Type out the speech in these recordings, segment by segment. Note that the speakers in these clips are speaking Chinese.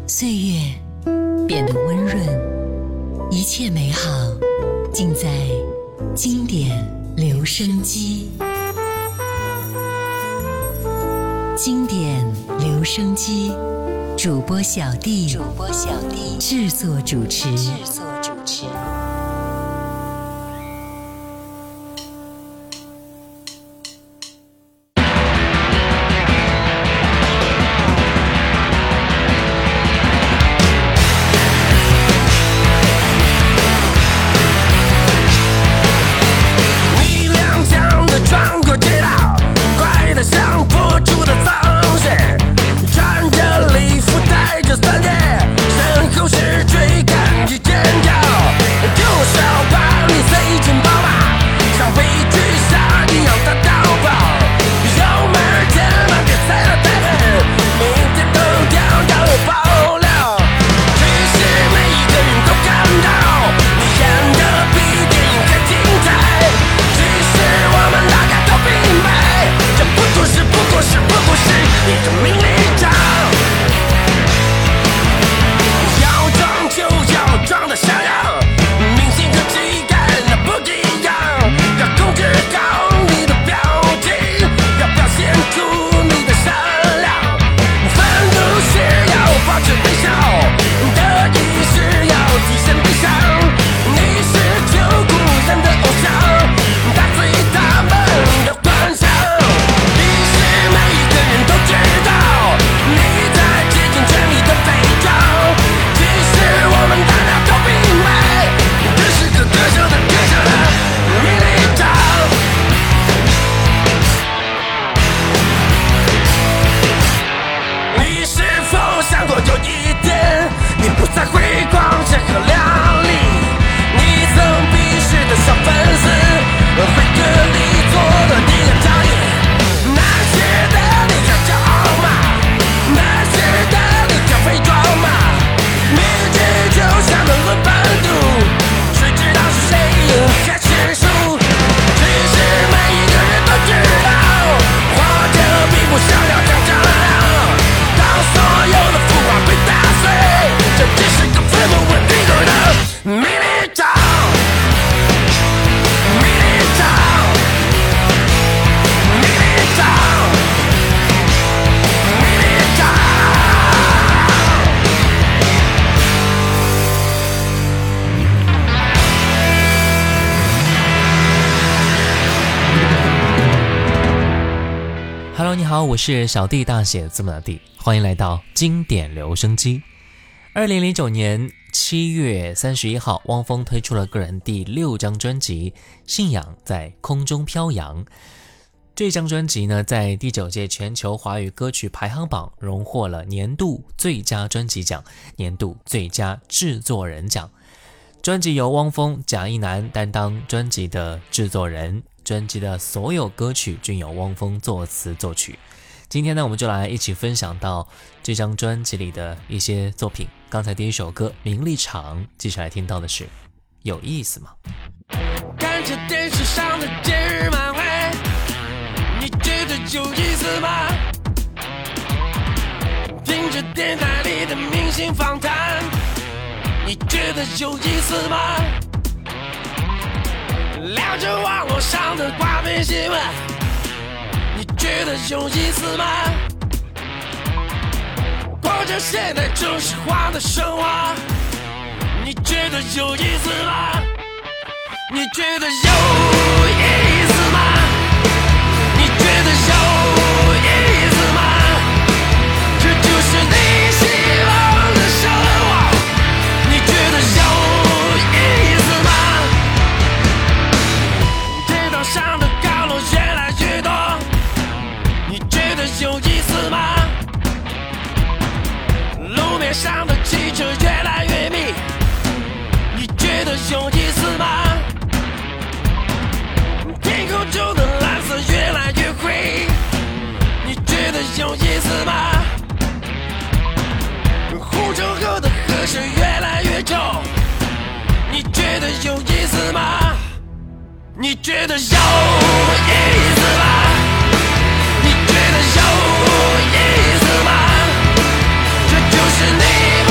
岁月变得温润，一切美好尽在经典留声机。经典留声机，主播小弟制作主持。 Hello， 你好，我是小弟大写字母的弟，欢迎来到经典留声机。2009年7月31号，汪峰推出了个人第6张专辑《信仰在空中飘扬》。这张专辑呢，在第9届全球华语歌曲排行榜荣获了年度最佳专辑奖、年度最佳制作人奖。专辑由汪峰、贾一楠担当专辑的制作人，专辑的所有歌曲均由汪峰作词作曲。今天呢，我们就来一起分享到这张专辑里的一些作品。刚才第一首歌《名利场》，接下来听到的是有意思吗？ 看着电视上的节日晚会，你觉得有意思吗？听着电台里的明星访谈，你觉得有意思吗？聊着网络上的花边新闻，你觉得有意思吗？过着现代正式化的生活，你觉得有意思吗？你觉得有意思吗？你觉得有意思吗？这就是你希望的生活，你觉得有意思吗？街道上的高楼越来越多，你觉得有意思吗？路面上的汽车越来越密，你觉得有意思吗？天空中的蓝色越来越灰，你觉得有意思吗？护城河的河水越来越重，你觉得有意思吗？你觉得有意思吗？你觉得有意思吗？这就是你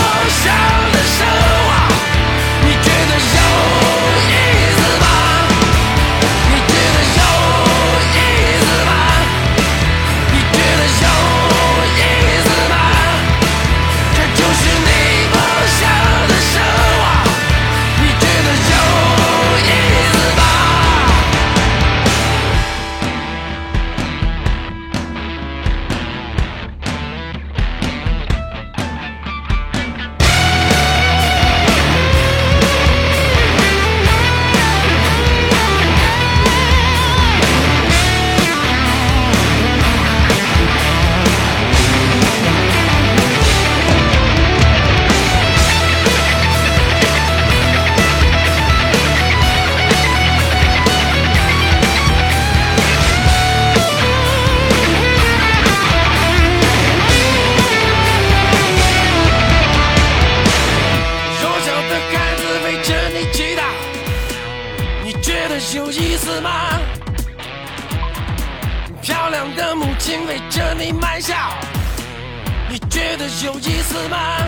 心围着你卖笑，你觉得有意思吗？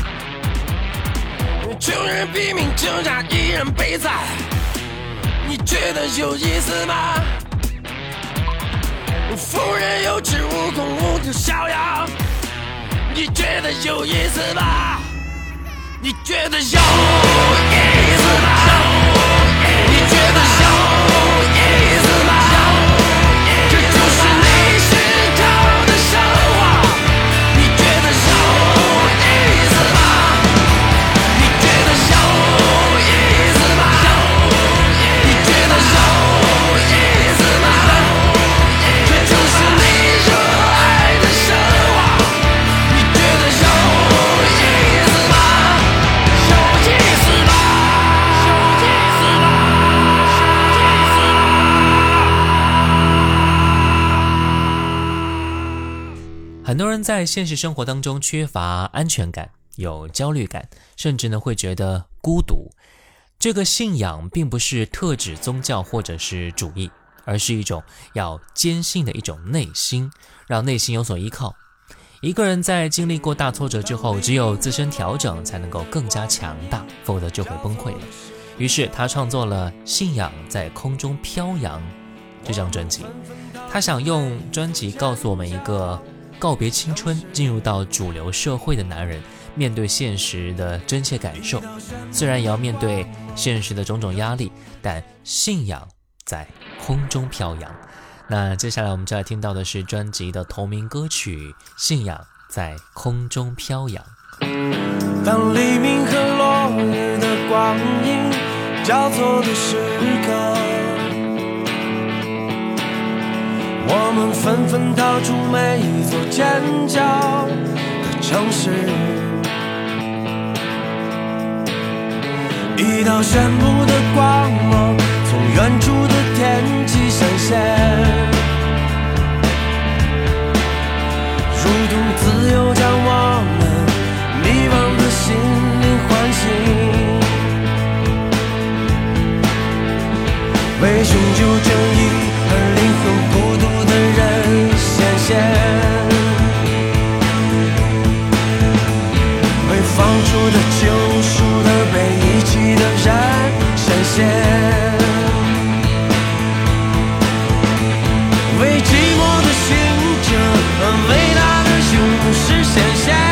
穷人拼命挣扎，依然被宰，你觉得有意思吗？富人有恃无恐，无可逍遥，你觉得有意思吗？你觉得有意思吗？你觉得有意思吗？这就是你寻找的生活，你觉得有意思吗？你觉得有意思吗？你觉得有意思吗？这就是你热爱的生活，你觉得有意思吗？有意思吗？有意思吗？有意思吗？ 很多人在现实生活当中缺乏安全感，有焦虑感，甚至呢会觉得孤独。这个信仰并不是特指宗教或者是主义，而是一种要坚信的一种内心，让内心有所依靠。一个人在经历过大挫折之后，只有自身调整才能够更加强大，否则就会崩溃了。于是他创作了《信仰在空中飘扬》这张专辑。他想用专辑告诉我们一个告别青春，进入到主流社会的男人面对现实的真切感受，虽然也要面对现实的种种压力，但信仰在空中飘扬。那接下来我们就来听到的是专辑的同名歌曲《信仰在空中飘扬》。 当黎明和落日的光影交错的时刻，我们纷纷逃出每一座尖角的城市，一道炫目的光芒从远处的天际闪现，如同自由将我们迷惘的心灵唤醒，为寻求正义而灵魂孤独的人显现，为放逐的救赎而被遗弃的人闪现，为寂寞的行者而伟大的勇士显现，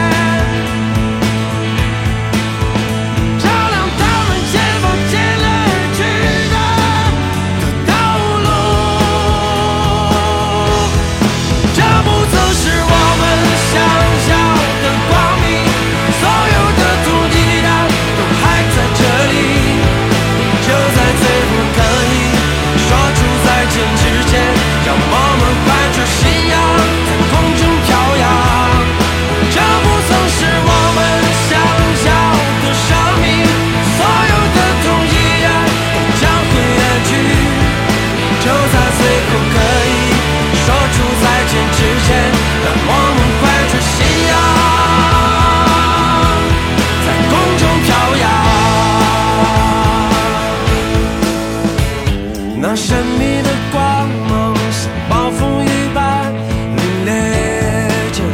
那神秘的光芒像暴风雨般凛冽着，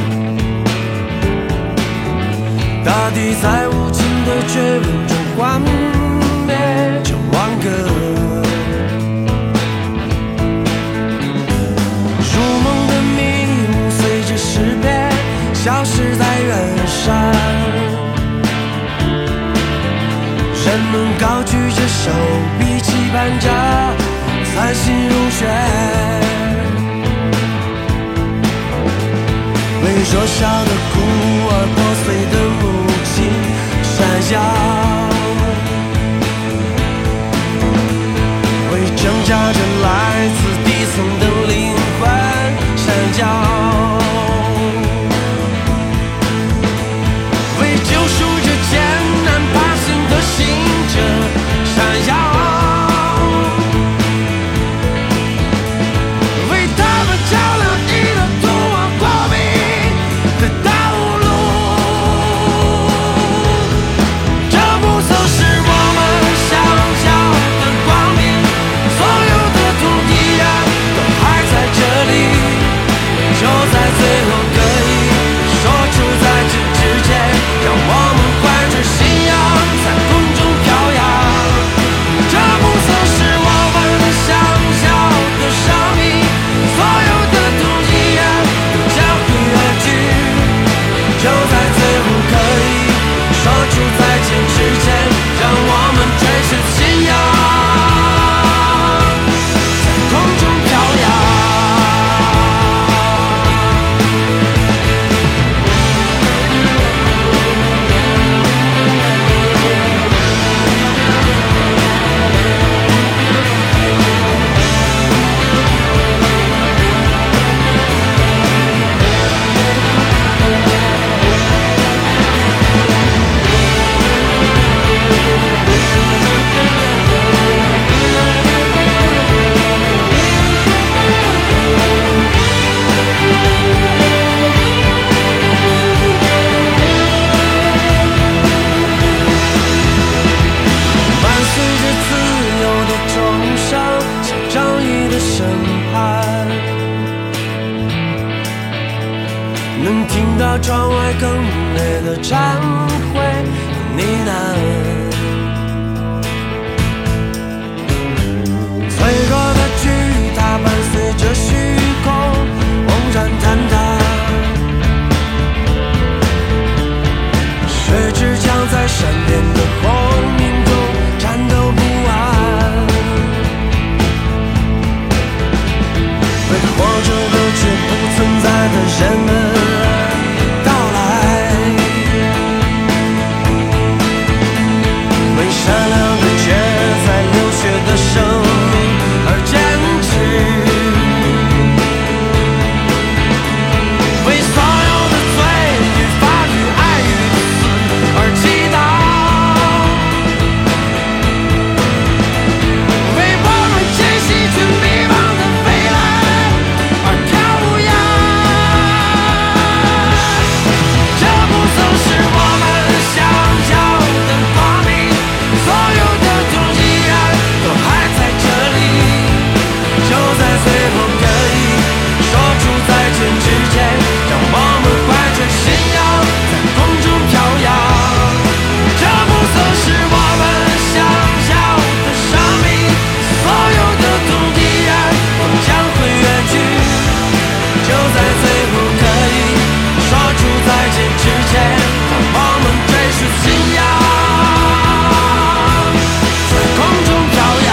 大地在无情的绝望中幻灭着万个如梦的迷雾，随着识别消失在远山，人们高举着手臂，期盼着残心如血，为弱小的孤儿破碎的母亲闪耀，为挣扎着来自底层的灵魂闪耀，为救赎着艰难爬行的行者闪耀，照亮一条通往光明的道路。 的忏悔和呢喃，脆弱的巨塔伴随着虚空轰然坍塌，血之枪在闪电的轰鸣中战斗不安，为活着的却不存在的人们到来，为善良的却在流血的生命而坚持，为所有的罪与法与爱与死而祈祷，为我们前夕去迷茫的未来而飘扬。这不曾是我们想要的光明，所有的痛依然都还在这里，就在最后可以说出再见之前，让我们怀着信仰在空中飘扬。这不曾是我们想要的生命，所有的痛依然都将会远去，就在最后可以说出再见之前，让我们追寻信仰在空中飘扬。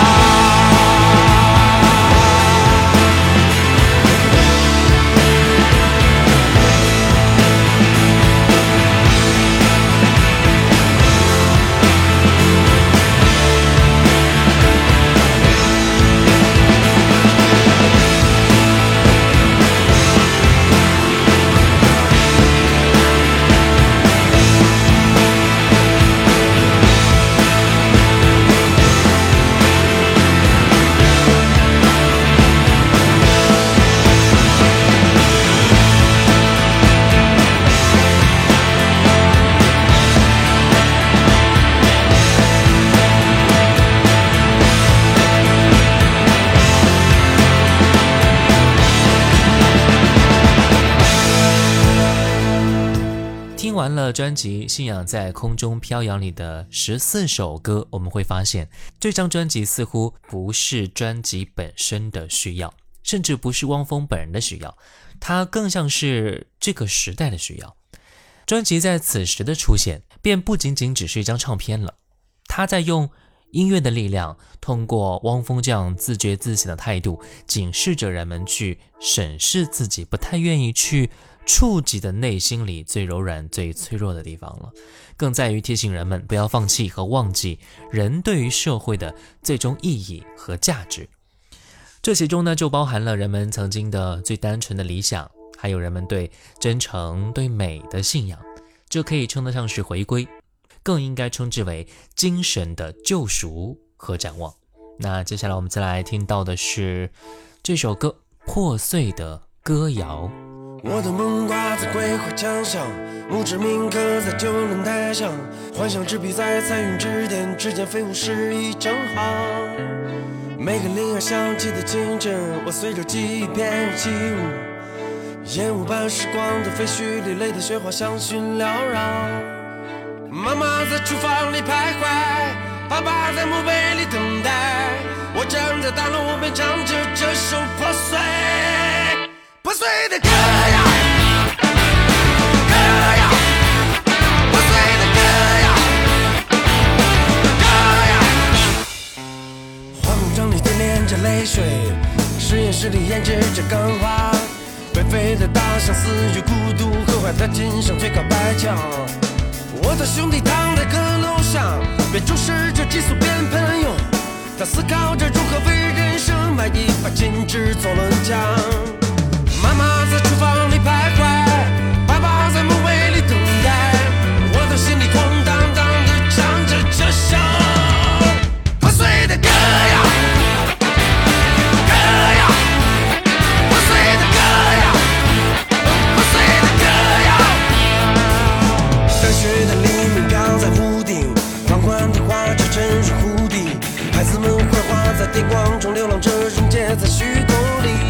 听完了专辑《信仰在空中飘扬》里的14首歌，我们会发现这张专辑似乎不是专辑本身的需要，甚至不是汪峰本人的需要，它更像是这个时代的需要。专辑在此时的出现便不仅仅只是一张唱片了，他在用音乐的力量，通过汪峰这样自觉自省的态度，警示着人们去审视自己不太愿意去触及的内心里最柔软最脆弱的地方了，更在于提醒人们不要放弃和忘记人对于社会的最终意义和价值。这其中呢，就包含了人们曾经的最单纯的理想，还有人们对真诚对美的信仰，这可以称得上是回归，更应该称之为精神的救赎和展望。那接下来我们再来听到的是这首歌《破碎的歌谣》。 我的梦挂在桂花墙上，墓志铭刻在旧轮台上，幻想纸笔在彩云之巅之间飞舞诗意正行。每个铃儿响起的清晨，我随着记忆翩然起舞，烟雾般时光的废墟里，泪的雪花香薰缭绕。妈妈在厨房里徘徊，爸爸在墓碑里等待，我站在大路边唱着这首破碎的歌谣，歌谣，破碎的歌谣，歌谣。花木场里点点着泪水，实验室里研制着钢化，颓废的大象肆于孤独，和坏的金上最高白墙。我的兄弟躺在阁楼上，边注视着激素边喷涌，他思考着如何为人生买一把金制左轮枪。妈妈在厨房里徘徊，爸爸在墓碑里等待，我的心里空荡荡地唱着这首破碎的歌谣，歌谣，破碎的歌谣，破碎的歌谣。淡水的黎明飘在屋顶，缓缓地画着沉入湖底，孩子们绘画在电光中流浪着，溶解在虚空里。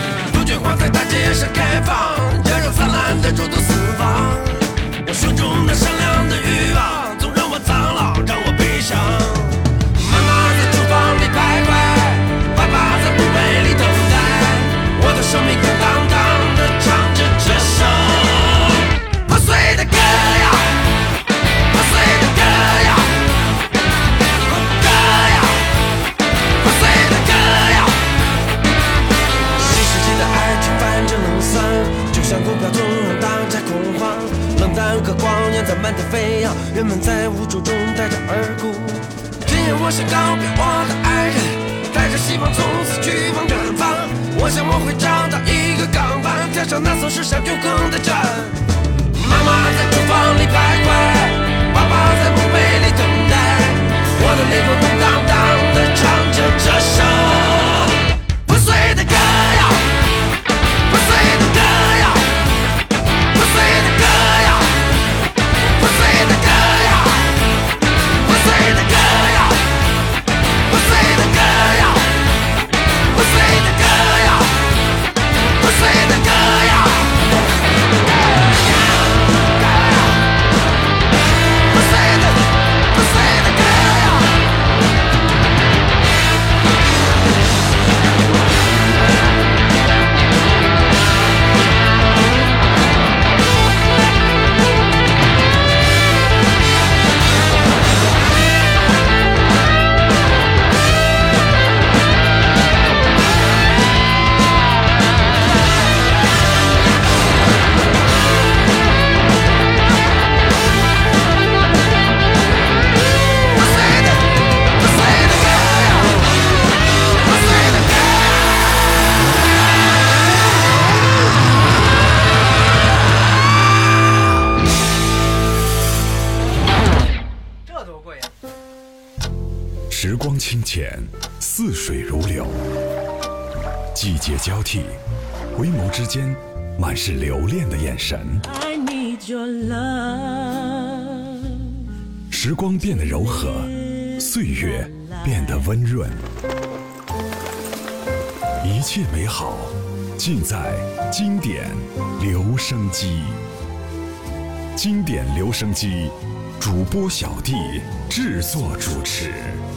花在大街上开放，热热灿烂的如同死亡。我胸中的在漫天飞扬，人们在无助中带着而哭。今夜我想告别我的爱人，带着希望从此去往远方。我想我会找到一个港湾，跳上那艘驶向永恒的船。妈妈在厨房里徘徊，爸爸在墓碑里等待，我的灵魂空荡荡地唱着这首破碎的歌谣，破碎的歌谣，破碎的歌谣，破碎的歌谣，破碎的歌谣，破碎的歌谣，破碎的歌谣，破碎的歌谣。 时光清浅，似水如流，季节交替，回眸之间满是留恋的眼神。 I need your love。 时光变得柔和，岁月变得温润，一切美好尽在经典留声机。经典留声机，主播小弟制作主持。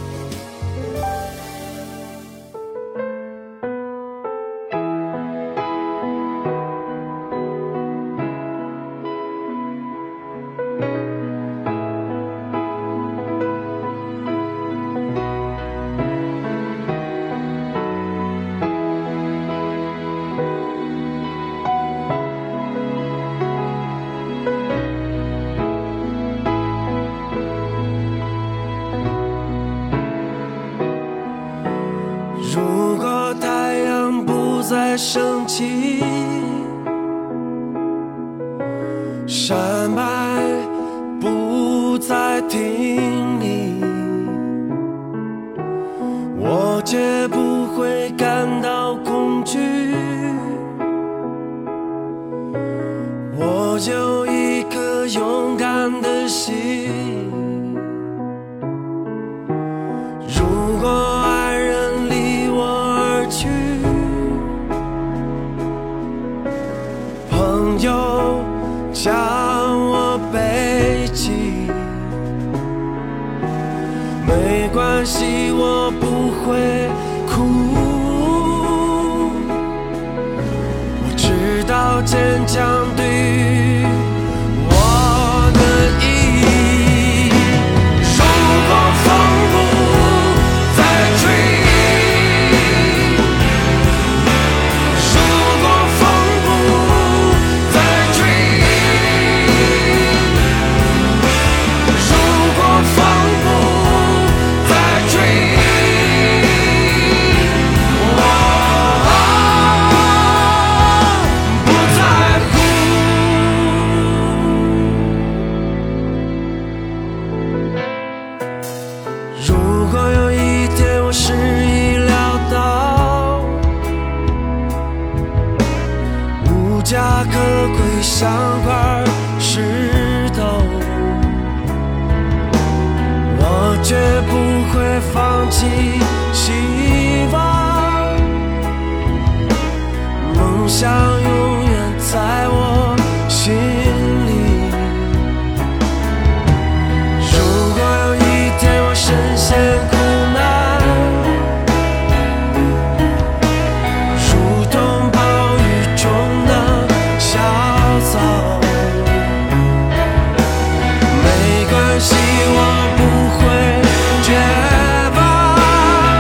如果太阳不再升起，山脉不再挺立，我绝不会感到恐惧。我有一颗勇敢的心，如果爱人离我而去，朋友将我背弃，没关系，我不会哭。我知道坚强对于我的意义。如果风不再吹，如果风不再吹，如果风不再吹，我不在乎。如果有一天我失意潦倒，无家可归，像块石头，我绝不会放弃希望，梦想永远在我心里。如果有一天我深陷苦难，如同暴雨中的小草，没关系，我不会绝望。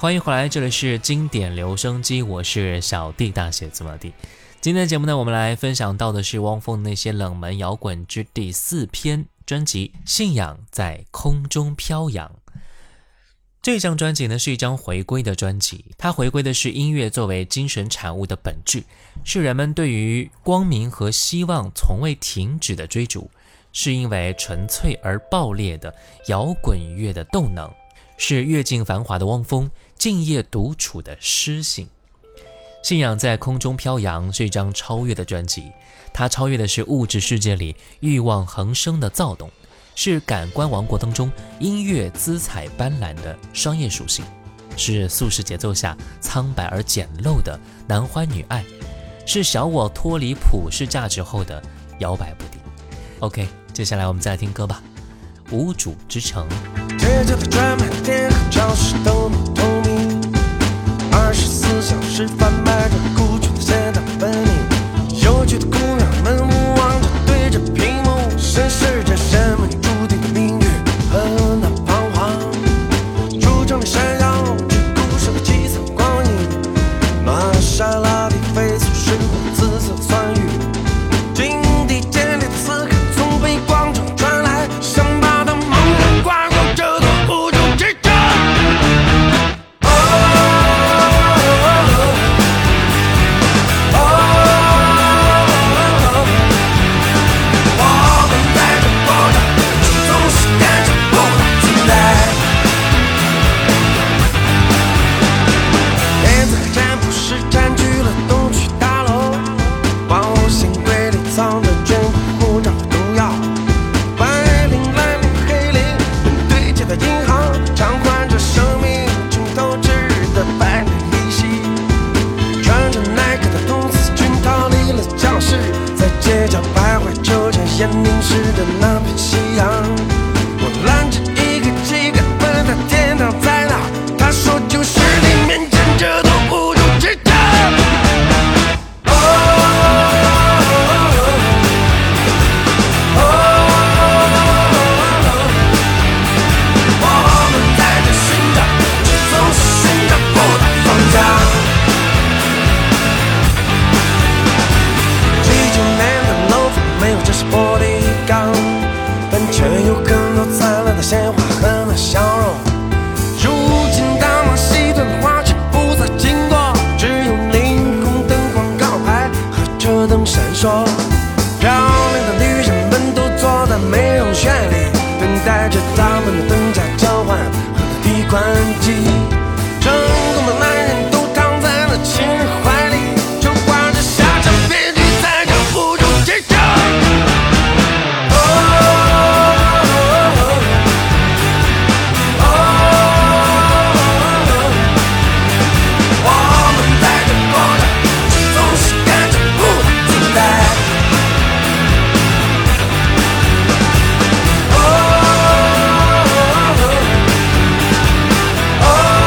欢迎回来，这里是经典留声机，我是小弟大写字母的弟。今天的节目呢，我们来分享到的是汪峰那些冷门摇滚之第4篇专辑《信仰在空中飘扬》。这张专辑呢是一张回归的专辑，它回归的是音乐作为精神产物的本质，是人们对于光明和希望从未停止的追逐，是因为纯粹而爆裂的摇滚乐的动能，是阅尽繁华的汪峰静夜独处的诗性。信仰在空中飘扬是一张超越的专辑，它超越的是物质世界里欲望横生的躁动，是感官王国当中音乐姿彩斑斓的商业属性，是速食节奏下苍白而简陋的男欢女爱，是小我脱离普世价值后的摇摆不定。 OK， 接下来我们再来听歌吧。无主之城， 街角的专卖店和超市都能透明，24小时贩卖着孤独的现代文明。有趣的姑娘们望着对着屏幕，审视着人们注定的命运和那彷徨。橱窗里闪耀着故事的七色光影，玛莎拉蒂飞速驶过紫色酸雨，井底间的刺客从北广场传来，想把他猛然刮过这座无主之城。眼凝视的那片夕阳，我拦着一个乞丐，问他天堂在哪，他说就是你面前这座无主之城。我们在这寻找，却总是寻找不到方向。79年的楼房没有这是玻璃钢，但却有更多灿烂的鲜花和那笑容。如今大马戏团的花却不再经过，只有霓虹灯广告牌和车灯闪烁。漂亮的女人们都坐在美容院里，等待着他们的等价交换和那提款机。成功的男人都躺在那情人怀里，就挂着下场编剧在这无主之城。Oh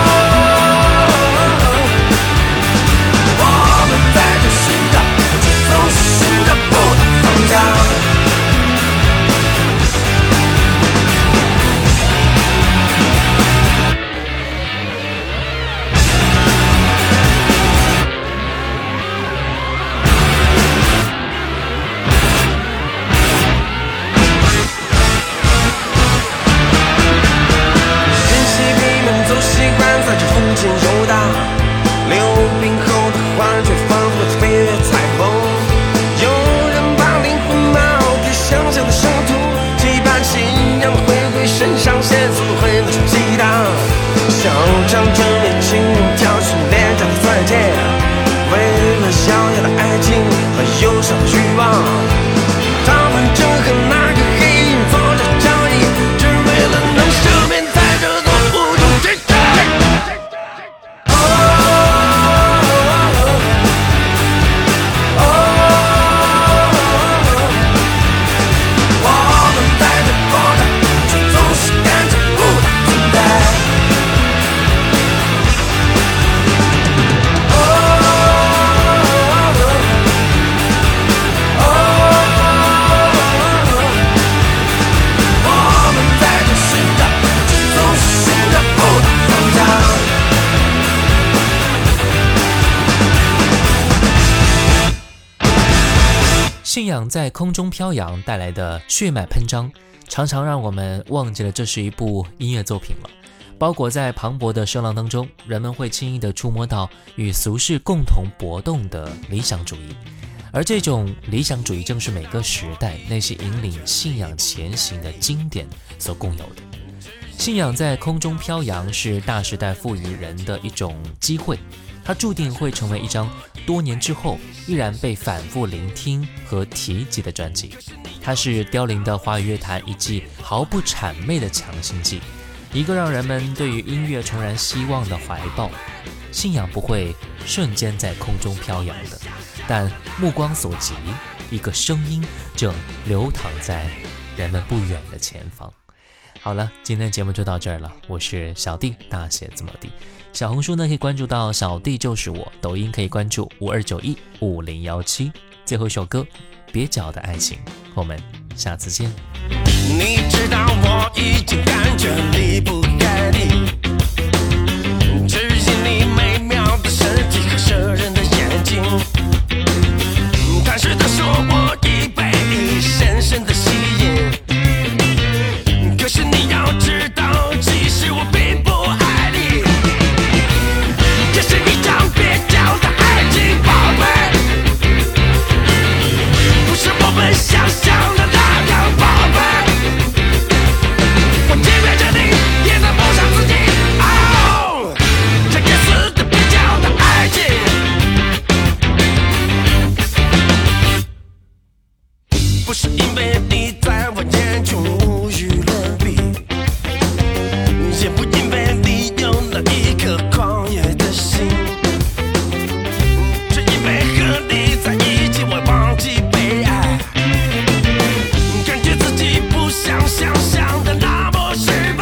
仰在空中飘扬带来的血脉喷张，常常让我们忘记了这是一部音乐作品了。包裹在磅礴的声浪当中，人们会轻易地触摸到与俗世共同搏动的理想主义，而这种理想主义正是每个时代那些引领信仰前行的经典所共有的。信仰在空中飘扬是大时代赋予人的一种机会，它注定会成为一张多年之后依然被反复聆听和提及的专辑。它是凋零的华语乐坛一剂毫不谄媚的强心剂，一个让人们对于音乐重燃希望的怀抱。信仰不会瞬间在空中飘扬的，但目光所及，一个声音正流淌在人们不远的前方。好了，今天节目就到这儿了，我是小弟，大写字母 D。小红书呢可以关注到小弟就是我，抖音可以关注52915017。最后一首歌，蹩脚的爱情，我们下次见。 你知道我已经感觉离不开你，只因你美妙的身体和摄人的眼睛，但是他说我已被你深深的吸引。可是你要知道，其实我并不爱你，这是一场蹩脚的爱情，宝贝，不是我们想象的那样，宝贝。我欺骗着你，也在谋杀自己。哦，这该死的蹩脚的爱情，不是因为你在我眼中无与伦比，也不因为你有了一颗狂野的心，只因为和你在一起我忘记被爱，感觉自己不像想象的那么失败。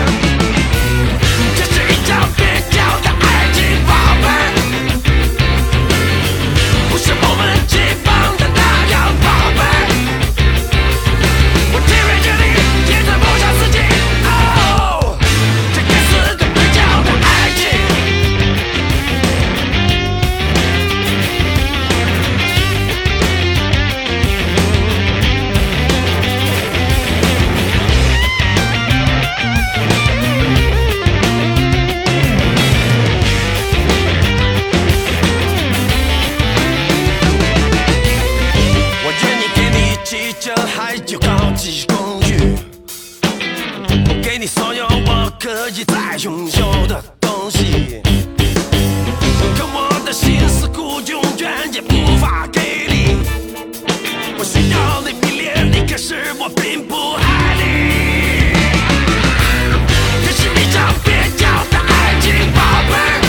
这是一场蹩脚的爱情，宝贝，不是我们期望的那样，宝贝。我欺骗着你，也在谋杀自己。哦，这该死的蹩脚的爱情。我愿意给你汽车，还有高级公寓，我给你所有我可以再拥有的东西，可我的心似乎永远也无法给你。我需要你迷恋你，可是我并不爱你。这是一场蹩脚的爱情，宝贝，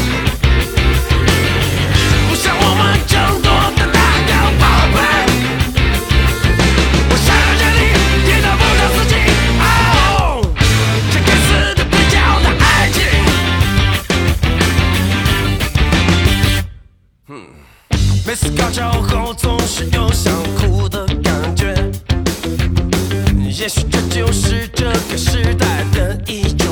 不像我们争夺的那样，宝贝。我杀着你，也在谋杀自己。哦，这该死的蹩脚的爱情。每次高潮后总是有想哭的感觉，也许这就是这个时代的一